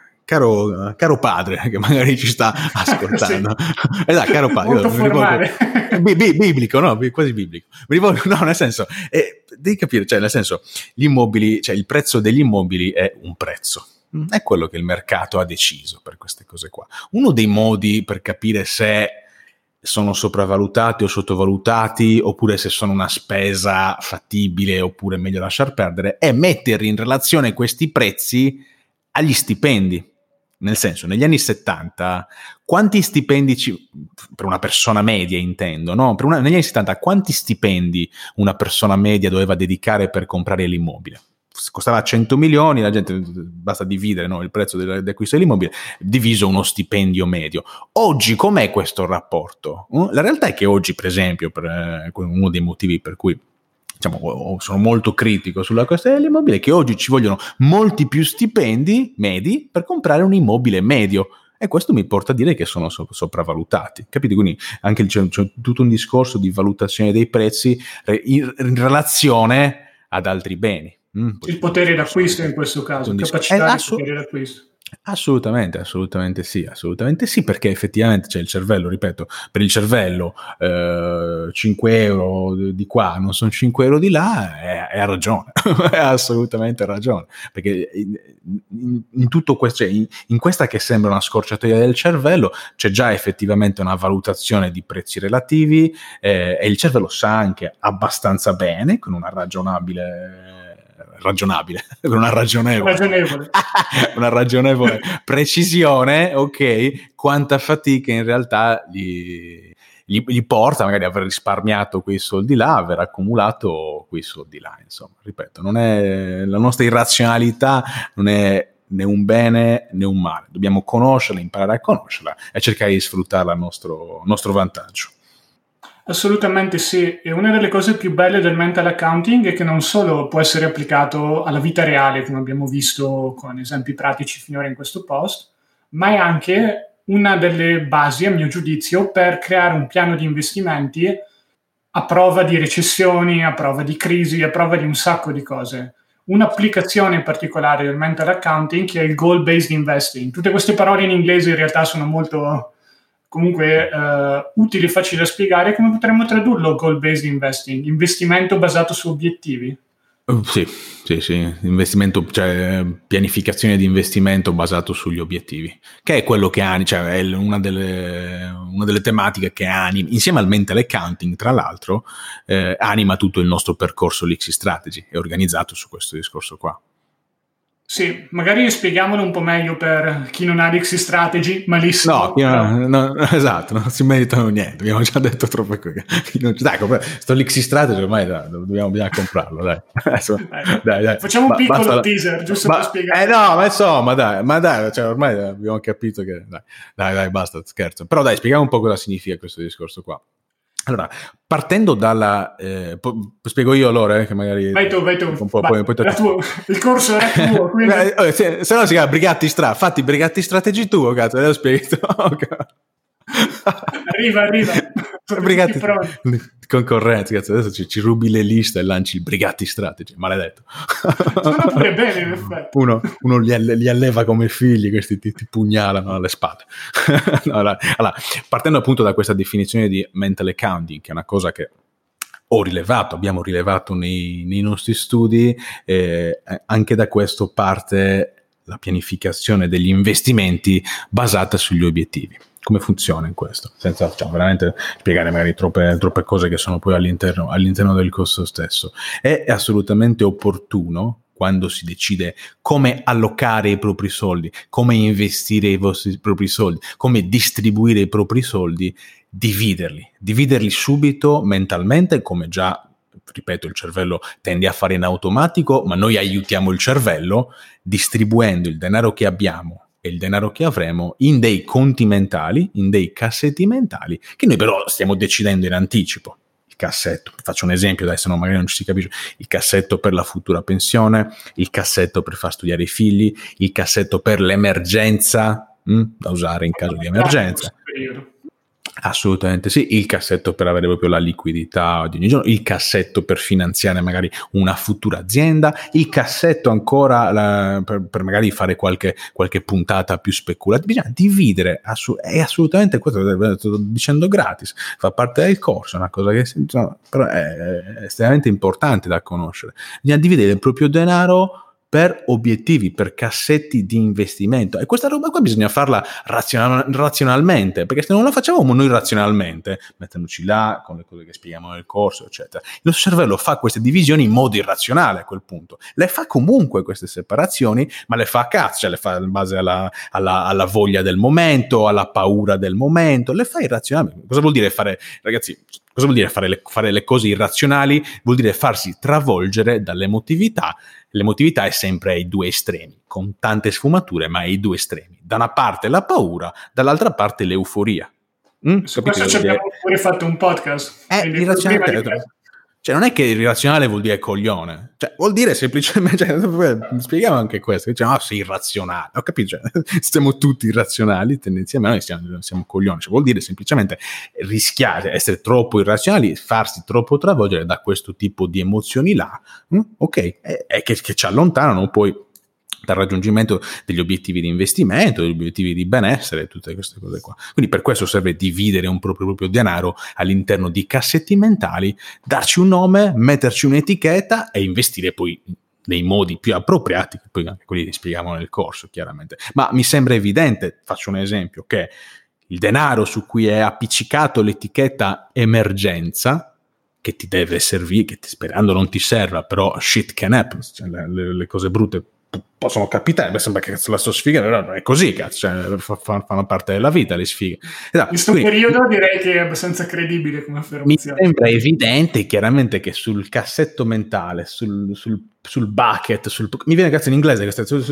caro padre, che magari ci sta ascoltando. Sì. Esatto, caro padre. Molto formale. Biblico, no? Quasi biblico. No, nel senso, devi capire, cioè, nel senso, gli immobili, cioè il prezzo degli immobili è un prezzo. È quello che il mercato ha deciso per queste cose qua. Uno dei modi per capire se sono sopravvalutati o sottovalutati, oppure se sono una spesa fattibile oppure meglio lasciar perdere, è mettere in relazione questi prezzi agli stipendi. Nel senso, negli anni 70, quanti stipendi per una persona media intendo, no? Negli anni 70, quanti stipendi una persona media doveva dedicare per comprare l'immobile? Costava 100 milioni, la gente basta dividere, no, il prezzo dell'acquisto dell'immobile diviso uno stipendio medio. Oggi com'è questo rapporto? La realtà è che oggi, per esempio, uno dei motivi per cui sono molto critico sulla questione dell'immobile, che oggi ci vogliono molti più stipendi medi per comprare un immobile medio, e questo mi porta a dire che sono sopravvalutati, capite? Quindi anche c'è tutto un discorso di valutazione dei prezzi in relazione ad altri beni. Il potere d'acquisto in questo caso, capacità di potere d'acquisto. Assolutamente sì, perché effettivamente c'è il cervello, ripeto, per il cervello 5 euro di qua non sono 5 euro di là, ha ragione, ha assolutamente ragione, perché in tutto questo, cioè in questa che sembra una scorciatoia del cervello, c'è già effettivamente una valutazione di prezzi relativi, e il cervello sa anche abbastanza bene, con una ragionevole precisione, ok, quanta fatica in realtà gli porta magari aver risparmiato quei soldi là, aver accumulato quei soldi là, insomma, ripeto, non è la nostra irrazionalità, non è né un bene né un male, dobbiamo conoscerla, imparare a conoscerla e cercare di sfruttarla a nostro vantaggio. Assolutamente sì, e una delle cose più belle del mental accounting è che non solo può essere applicato alla vita reale, come abbiamo visto con esempi pratici finora in questo post, ma è anche una delle basi, a mio giudizio, per creare un piano di investimenti a prova di recessioni, a prova di crisi, a prova di un sacco di cose. Un'applicazione particolare del mental accounting che è il goal-based investing. Tutte queste parole in inglese in realtà sono molto comunque utili e facili da spiegare. Come potremmo tradurlo goal-based investing? Investimento basato su obiettivi? Sì, investimento, cioè pianificazione di investimento basato sugli obiettivi, che è quello che è una delle tematiche che anima, insieme al mental accounting, tra l'altro, anima tutto il nostro percorso Lixi Strategy, è organizzato su questo discorso qua. Sì, magari spieghiamolo un po' meglio per chi non ha Lixi Strategy, malissimo. No, esatto, non si meritano niente, abbiamo già detto troppe cose. Dai, sto Lixi Strategy ormai dobbiamo comprarlo, dai. Dai. Facciamo un piccolo teaser, giusto per spiegare. No, ma insomma, dai, cioè ormai abbiamo capito che... Dai, basta, scherzo. Però dai, spieghiamo un po' cosa significa questo discorso qua. Allora, partendo dalla... spiego io allora, che magari... Vai tu. Poi il corso era tuo, quindi... se no si chiama Brigatti fatti Brigatti Strategy tu, cazzo, lo spieghi tu. Arriva. Brigatti concorrenza, cazzo, adesso ci rubi le liste e lanci il Brigatti Strategy, maledetto. Suona pure bene, in effetti. Uno li alleva come figli, questi ti pugnalano alle spalle. Allora, partendo appunto da questa definizione di mental accounting, che è una cosa che abbiamo rilevato nei nostri studi, anche da questo parte la pianificazione degli investimenti basata sugli obiettivi. Come funziona in questo? Senza veramente spiegare magari troppe cose che sono poi all'interno del corso stesso. È assolutamente opportuno, quando si decide come allocare i propri soldi, come investire i propri soldi, come distribuire i propri soldi, dividerli subito mentalmente, come già, ripeto, il cervello tende a fare in automatico, ma noi aiutiamo il cervello distribuendo il denaro che abbiamo e il denaro che avremo in dei conti mentali, in dei cassetti mentali, che noi però stiamo decidendo in anticipo. Il cassetto, faccio un esempio, se no magari non ci si capisce, il cassetto per la futura pensione, il cassetto per far studiare i figli, il cassetto per l'emergenza, da usare in caso di emergenza. Assolutamente sì, il cassetto per avere proprio la liquidità di ogni giorno, il cassetto per finanziare magari una futura azienda, il cassetto ancora per magari fare qualche puntata più speculativa. Bisogna dividere, è assolutamente, questo lo sto dicendo gratis, fa parte del corso, è una cosa che però è estremamente importante da conoscere. Bisogna dividere il proprio denaro per obiettivi, per cassetti di investimento, e questa roba qua bisogna farla razionalmente, perché se non la facciamo noi razionalmente, mettendoci là con le cose che spieghiamo nel corso, eccetera, il nostro cervello fa queste divisioni in modo irrazionale a quel punto, le fa comunque queste separazioni, ma le fa a cazzo, cioè le fa in base alla voglia del momento, alla paura del momento, le fa irrazionalmente. Cosa vuol dire fare, ragazzi? Cosa vuol dire fare le cose irrazionali? Vuol dire farsi travolgere dall'emotività. L'emotività è sempre ai due estremi, con tante sfumature, ma ai due estremi. Da una parte la paura, dall'altra parte l'euforia. Su questo ci abbiamo pure fatto un podcast. Irrazionale. Cioè, non è che irrazionale vuol dire coglione, cioè, vuol dire semplicemente, spieghiamo anche questo, diciamo, sei irrazionale, ho capito, cioè, siamo tutti irrazionali, tendenzialmente noi siamo coglioni, cioè, vuol dire semplicemente rischiare, essere troppo irrazionali, farsi troppo travolgere da questo tipo di emozioni là, ok, che ci allontanano poi dal raggiungimento degli obiettivi di investimento, degli obiettivi di benessere, tutte queste cose qua. Quindi per questo serve dividere un proprio denaro all'interno di cassetti mentali, darci un nome, metterci un'etichetta e investire poi nei modi più appropriati, poi anche quelli li spieghiamo nel corso chiaramente. Ma mi sembra evidente, faccio un esempio, che il denaro su cui è appiccicato l'etichetta emergenza, che ti deve servire, che sperando non ti serva, però shit can happen, cioè le cose brutte possono capitare, mi sembra che la sua sfiga non è così, cazzo, cioè, fanno parte della vita le sfighe. In questo periodo direi che è abbastanza credibile come affermazione. Mi sembra evidente chiaramente che sul cassetto mentale, sul bucket, mi viene cazzo in inglese,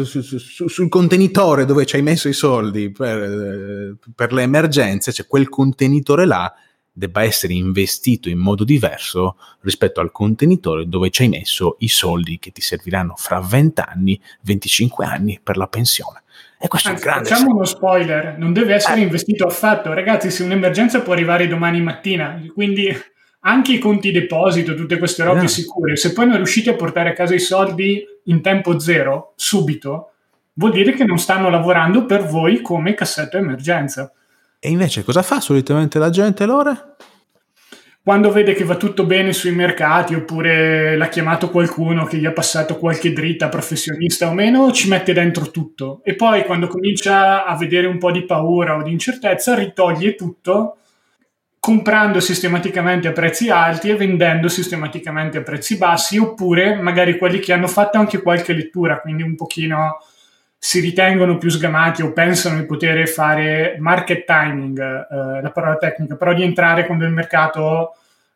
sul contenitore dove ci hai messo i soldi per le emergenze, cioè quel contenitore là debba essere investito in modo diverso rispetto al contenitore dove ci hai messo i soldi che ti serviranno fra 20 anni, 25 anni per la pensione. E questo è il grande. Facciamo uno spoiler, non deve essere investito affatto. Ragazzi, se un'emergenza può arrivare domani mattina, quindi anche i conti deposito, tutte queste robe sicure, se poi non riuscite a portare a casa i soldi in tempo zero, subito, vuol dire che non stanno lavorando per voi come cassetto emergenza. E invece cosa fa solitamente la gente, Lore? Quando vede che va tutto bene sui mercati, oppure l'ha chiamato qualcuno che gli ha passato qualche dritta, professionista o meno, ci mette dentro tutto. E poi quando comincia a vedere un po' di paura o di incertezza, ritoglie tutto, comprando sistematicamente a prezzi alti e vendendo sistematicamente a prezzi bassi, oppure magari quelli che hanno fatto anche qualche lettura, quindi un pochino si ritengono più sgamati o pensano di poter fare market timing, la parola tecnica, però di entrare quando il mercato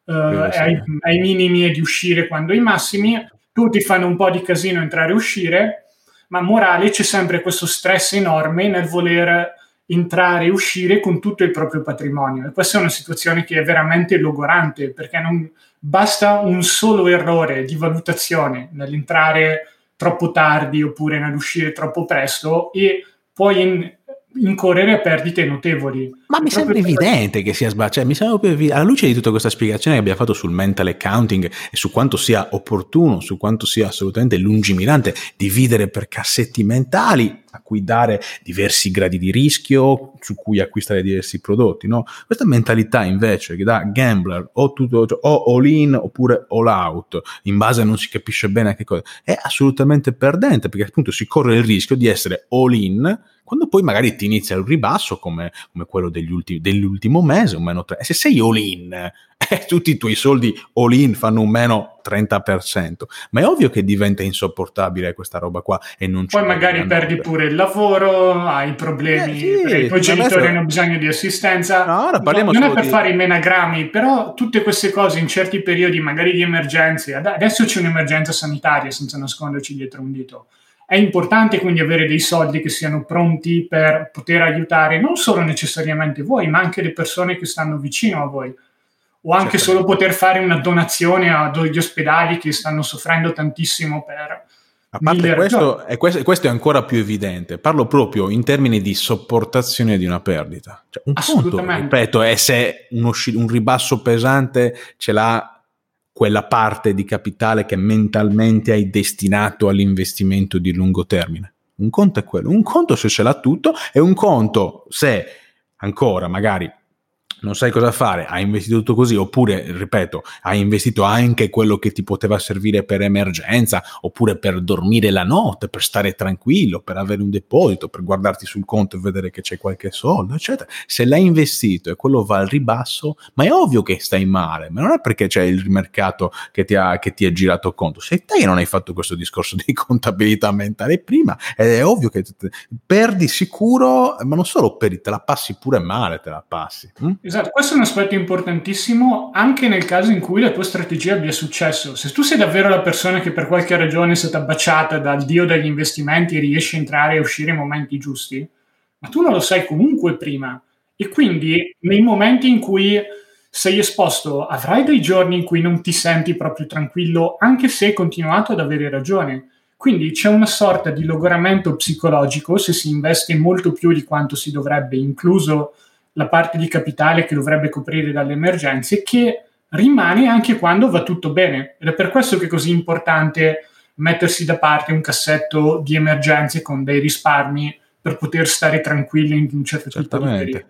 è ai minimi e di uscire quando è ai massimi. Tutti fanno un po' di casino entrare e uscire, ma morale c'è sempre questo stress enorme nel voler entrare e uscire con tutto il proprio patrimonio, e questa è una situazione che è veramente logorante, perché non basta un solo errore di valutazione nell'entrare troppo tardi oppure nell'uscire troppo presto e puoi incorrere a perdite notevoli. Ma mi sembra evidente che sia sbagliato, cioè, mi sembra più evidente, alla luce di tutta questa spiegazione che abbiamo fatto sul mental accounting e su quanto sia opportuno, su quanto sia assolutamente lungimirante dividere per cassetti mentali a cui dare diversi gradi di rischio, su cui acquistare diversi prodotti, no? Questa mentalità invece che da gambler o all in oppure all out, in base a non si capisce bene a che cosa, è assolutamente perdente, perché appunto si corre il rischio di essere all in quando poi magari ti inizia il ribasso come quello dell'ultimo mese, un meno 3. E se sei all in, tutti i tuoi soldi all in fanno un meno 30%, ma è ovvio che diventa insopportabile questa roba qua e non poi magari perdi pure il lavoro, hai problemi, i tuoi genitori hanno bisogno di assistenza. No, ora parliamo non è per fare i menagrammi, però tutte queste cose in certi periodi magari di emergenze, adesso c'è un'emergenza sanitaria senza nasconderci dietro un dito. È importante quindi avere dei soldi che siano pronti per poter aiutare non solo necessariamente voi, ma anche le persone che stanno vicino a voi, o anche solo poter fare una donazione agli ospedali che stanno soffrendo tantissimo per... A parte questo è ancora più evidente, parlo proprio in termini di sopportazione di una perdita. Cioè, un conto, ripeto, è se un ribasso pesante ce l'ha quella parte di capitale che mentalmente hai destinato all'investimento di lungo termine. Un conto è quello, un conto se ce l'ha tutto, e un conto se ancora magari non sai cosa fare, hai investito tutto così, oppure, ripeto, hai investito anche quello che ti poteva servire per emergenza, oppure per dormire la notte, per stare tranquillo, per avere un deposito, per guardarti sul conto e vedere che c'è qualche soldo, eccetera. Se l'hai investito e quello va al ribasso, ma è ovvio che stai male, ma non è perché c'è il mercato che ti ha girato conto. Sei te che non hai fatto questo discorso di contabilità mentale prima, ed è ovvio che perdi sicuro, ma non solo perdi, te la passi pure male, te la passi. Esatto, questo è un aspetto importantissimo anche nel caso in cui la tua strategia abbia successo. Se tu sei davvero la persona che per qualche ragione è stata baciata dal dio degli investimenti e riesci a entrare e uscire nei momenti giusti, ma tu non lo sai comunque prima, e quindi nei momenti in cui sei esposto avrai dei giorni in cui non ti senti proprio tranquillo, anche se hai continuato ad avere ragione. Quindi c'è una sorta di logoramento psicologico se si investe molto più di quanto si dovrebbe, incluso la parte di capitale che dovrebbe coprire dalle emergenze, che rimane anche quando va tutto bene. Ed è per questo che è così importante mettersi da parte un cassetto di emergenze con dei risparmi per poter stare tranquilli in un certo tipo di periodo.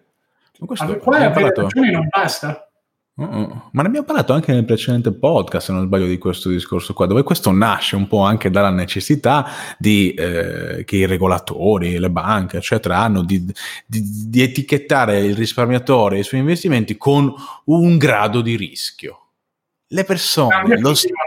Poi avere ragione non basta. Ma ne abbiamo parlato anche nel precedente podcast, se non sbaglio, di questo discorso qua, dove questo nasce un po' anche dalla necessità che i regolatori, le banche, eccetera, hanno di etichettare il risparmiatore e i suoi investimenti con un grado di rischio. Le persone,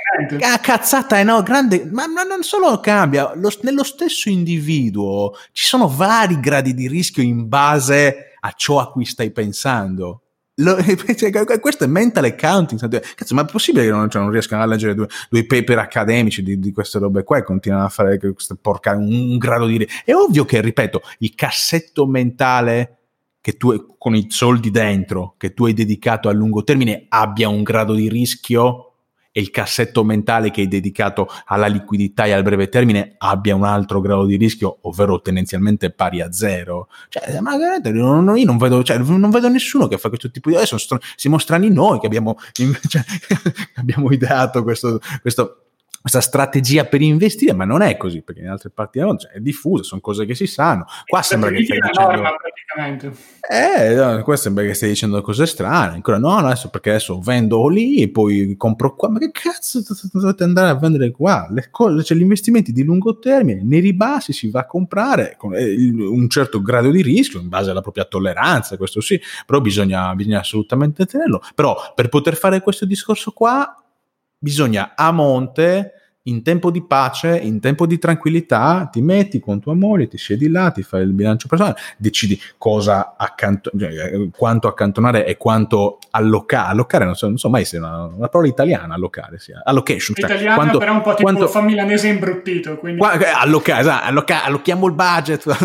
cazzata è no, grande, ma non solo cambia, nello stesso individuo ci sono vari gradi di rischio in base a ciò a cui stai pensando. Questo è mental accounting. Cazzo, ma è possibile che non riescano a leggere due paper accademici di queste robe qua e continuano a fare queste un grado di... È ovvio che, ripeto, il cassetto mentale che tu con i soldi dentro che tu hai dedicato a lungo termine abbia un grado di rischio e il cassetto mentale che hai dedicato alla liquidità e al breve termine abbia un altro grado di rischio, ovvero tendenzialmente pari a zero. Cioè, ma io non vedo, cioè, non vedo nessuno che fa questo tipo di... siamo strani noi che abbiamo, cioè, abbiamo ideato questa strategia per investire, ma non è così, perché in altre parti del mondo è diffuso, sono cose che si sanno. Qua sembra che stai dicendo... norma, praticamente. No, qua sembra che stai dicendo cose strane. Ancora no, adesso perché adesso vendo lì e poi compro qua. Ma che cazzo dovete andare a vendere qua? Le cose, cioè, gli investimenti di lungo termine, nei ribassi si va a comprare con un certo grado di rischio in base alla propria tolleranza, questo sì, però bisogna assolutamente tenerlo. Però per poter fare questo discorso qua bisogna a monte, in tempo di pace, in tempo di tranquillità, ti metti con tua moglie, ti siedi là, ti fai il bilancio personale, decidi cosa quanto accantonare e quanto allocare, non so mai se è una parola italiana, allocare, sia allocation. Italiana, quanto, però un po' tipo fa milanese imbruttito. Quindi... allocchiamo il budget,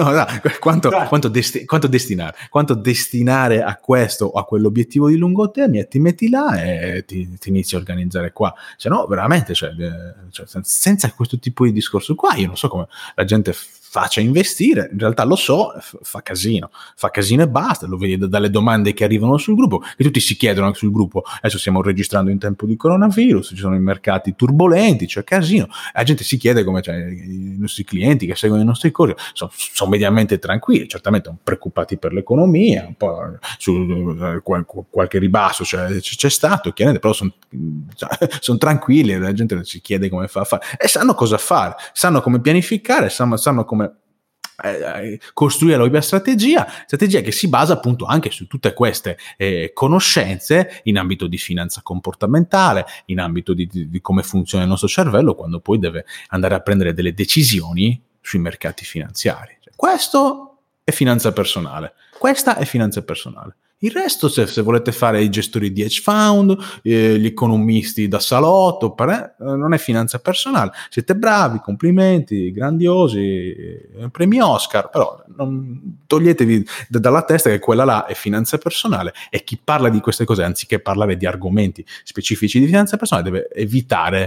quanto destinare a questo o a quell'obiettivo di lungo termine, ti metti là e ti inizi a organizzare qua. Se no, veramente, cioè, senza questo tipo di discorso qua, io non so come la gente faccia investire. In realtà lo so, fa casino e basta. Lo vedi dalle domande che arrivano sul gruppo, che tutti si chiedono anche sul gruppo. Adesso stiamo registrando in tempo di coronavirus, ci sono i mercati turbolenti, c'è casino, la gente si chiede come, cioè, i nostri clienti che seguono i nostri corsi sono mediamente tranquilli, certamente sono preoccupati per l'economia, un po' su qualche ribasso c'è stato, chiaramente, però sono tranquilli, la gente si chiede come fa a fare e sanno cosa fare, sanno come pianificare, sanno come costruire la propria strategia che si basa appunto anche su tutte queste conoscenze in ambito di finanza comportamentale, in ambito di come funziona il nostro cervello quando poi deve andare a prendere delle decisioni sui mercati finanziari. Questo è finanza personale, questa è finanza personale. Il resto, se volete fare i gestori di hedge fund, gli economisti da salotto, non è finanza personale. Siete bravi, complimenti, grandiosi, premi Oscar, però non toglietevi dalla testa che quella là è finanza personale e chi parla di queste cose, anziché parlare di argomenti specifici di finanza personale, deve evitare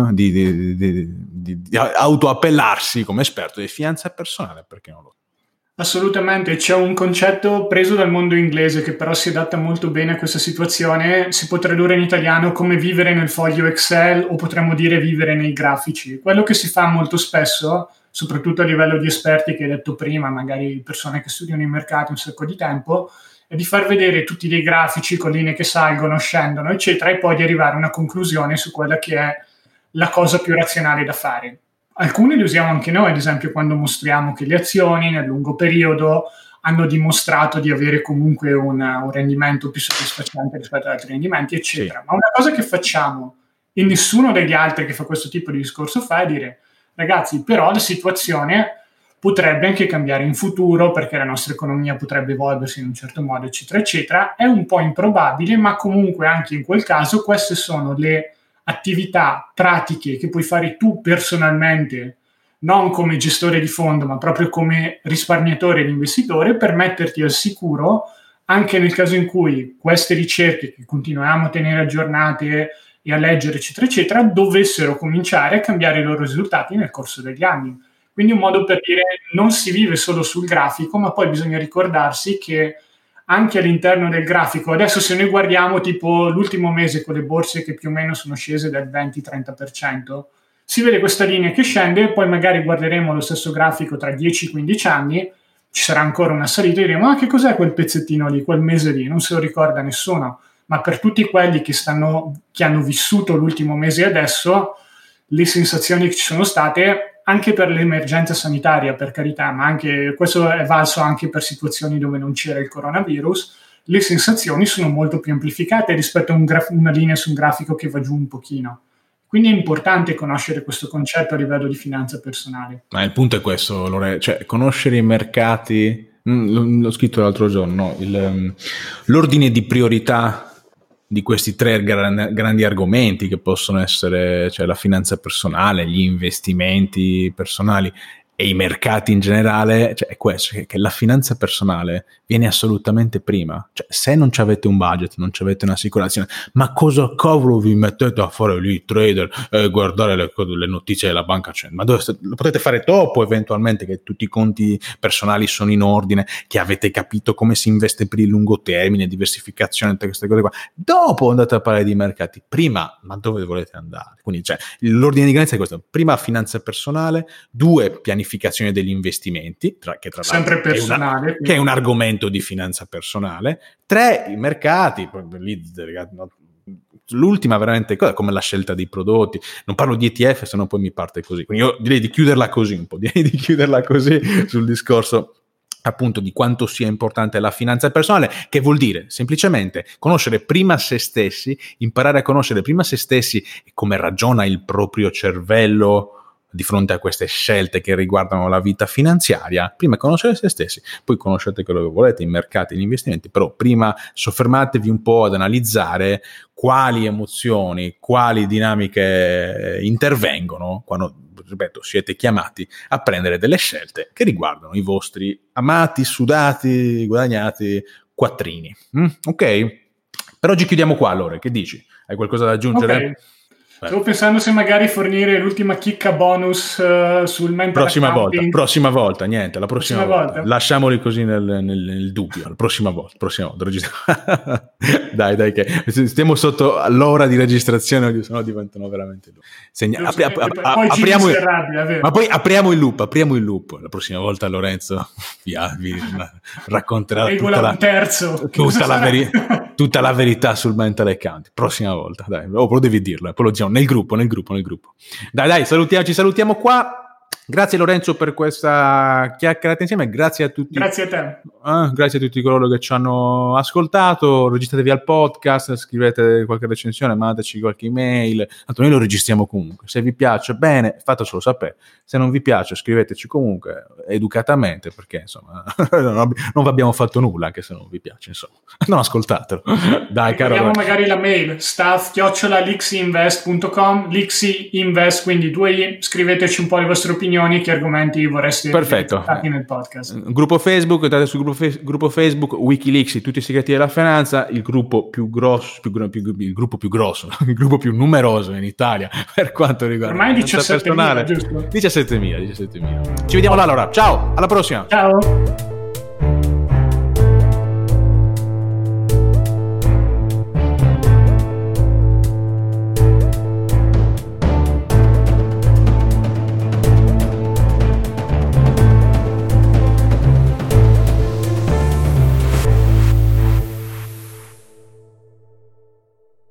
di autoappellarsi come esperto di finanza personale, perché non lo. Assolutamente, c'è un concetto preso dal mondo inglese che però si adatta molto bene a questa situazione, si può tradurre in italiano come vivere nel foglio Excel o potremmo dire vivere nei grafici. Quello che si fa molto spesso, soprattutto a livello di esperti che hai detto prima, magari persone che studiano i mercati un sacco di tempo, è di far vedere tutti dei grafici con linee che salgono, scendono, eccetera, e poi di arrivare a una conclusione su quella che è la cosa più razionale da fare. Alcuni li usiamo anche noi, ad esempio quando mostriamo che le azioni nel lungo periodo hanno dimostrato di avere comunque un rendimento più soddisfacente rispetto ad altri rendimenti, eccetera. Sì. Ma una cosa che facciamo e nessuno degli altri che fa questo tipo di discorso fa è dire: ragazzi, però la situazione potrebbe anche cambiare in futuro perché la nostra economia potrebbe evolversi in un certo modo, eccetera, eccetera. È un po' improbabile, ma comunque anche in quel caso queste sono le attività pratiche che puoi fare tu personalmente, non come gestore di fondo, ma proprio come risparmiatore ed investitore, per metterti al sicuro anche nel caso in cui queste ricerche che continuiamo a tenere aggiornate e a leggere, eccetera, eccetera, dovessero cominciare a cambiare i loro risultati nel corso degli anni. Quindi un modo per dire: non si vive solo sul grafico, ma poi bisogna ricordarsi che anche all'interno del grafico, adesso se noi guardiamo tipo l'ultimo mese con le borse che più o meno sono scese del 20-30%, si vede questa linea che scende, poi magari guarderemo lo stesso grafico tra 10-15 anni, ci sarà ancora una salita e diremo: ah, che cos'è quel pezzettino lì, quel mese lì? Non se lo ricorda nessuno. Ma per tutti quelli che hanno vissuto l'ultimo mese adesso, le sensazioni che ci sono state, anche per l'emergenza sanitaria, per carità, ma anche questo è valso anche per situazioni dove non c'era il coronavirus, le sensazioni sono molto più amplificate rispetto a una linea su un grafico che va giù un pochino. Quindi è importante conoscere questo concetto a livello di finanza personale. Ma il punto è questo, Lore, cioè conoscere i mercati, l'ho scritto l'altro giorno, l'ordine di priorità di questi tre grandi argomenti che possono essere, cioè la finanza personale, gli investimenti personali e i mercati in generale, cioè è questo, che la finanza personale viene assolutamente prima. Cioè, se non avete un budget, non avete un'assicurazione, ma cosa cavolo vi mettete a fare lì, trader, guardare le notizie della banca? Cioè, ma lo potete fare dopo, eventualmente, che tutti i conti personali sono in ordine, che avete capito come si investe per il lungo termine, diversificazione, tutte queste cose qua. Dopo andate a parlare di mercati. Prima, ma dove volete andare? Quindi, cioè, l'ordine di grandezza è questo. Prima finanza personale, 2 pianificazione degli investimenti, che tra sempre personale, che è un argomento di finanza personale, 3 i mercati, l'ultima veramente cosa, come la scelta dei prodotti. Non parlo di ETF, se no poi mi parte così. Quindi io direi di chiuderla così un po', sul discorso appunto di quanto sia importante la finanza personale, che vuol dire semplicemente conoscere prima se stessi, imparare a conoscere prima se stessi e come ragiona il proprio cervello di fronte a queste scelte che riguardano la vita finanziaria. Prima conoscere se stessi, poi conoscete quello che volete, i mercati, gli investimenti, però prima soffermatevi un po' ad analizzare quali emozioni, quali dinamiche intervengono quando, ripeto, siete chiamati a prendere delle scelte che riguardano i vostri amati, sudati, guadagnati quattrini. Ok? Per oggi chiudiamo qua, allora, che dici? Hai qualcosa da aggiungere? Okay. Stavo pensando se magari fornire l'ultima chicca bonus sul mental accounting. Prossima volta, niente, la prossima volta. Lasciamoli così nel dubbio, la prossima volta dai, che stiamo sotto l'ora di registrazione, sennò diventano veramente ma poi apriamo il loop. La prossima volta Lorenzo vi racconterà tutta la verità sul mental accounting. Prossima volta, dai, lo devi dirlo, poi lo diciamo nel gruppo. Dai, ci salutiamo qua. Grazie Lorenzo per questa chiacchierata insieme, grazie a tutti. Grazie a te. Grazie a tutti coloro che ci hanno ascoltato, registratevi al podcast, scrivete qualche recensione, mandateci qualche email, tanto noi lo registriamo comunque. Se vi piace, bene, fatelo sapere. Se non vi piace, scriveteci comunque educatamente, perché insomma non vi abbiamo fatto nulla, anche se non vi piace, insomma. Non ascoltatelo. Dai, caro. Abbiamo magari la mail staff@lixiinvest.com, Lixi-invest, quindi 2 i, scriveteci un po' le vostre opinioni, che argomenti vorreste trattati nel podcast. Gruppo Facebook, andate sul gruppo Facebook Wikileaks, tutti i segreti della finanza, il gruppo più grosso, il gruppo più numeroso in Italia per quanto riguarda ormai 17.000, giusto? 17.000. Ci vediamo là allora. Ciao, alla prossima. Ciao.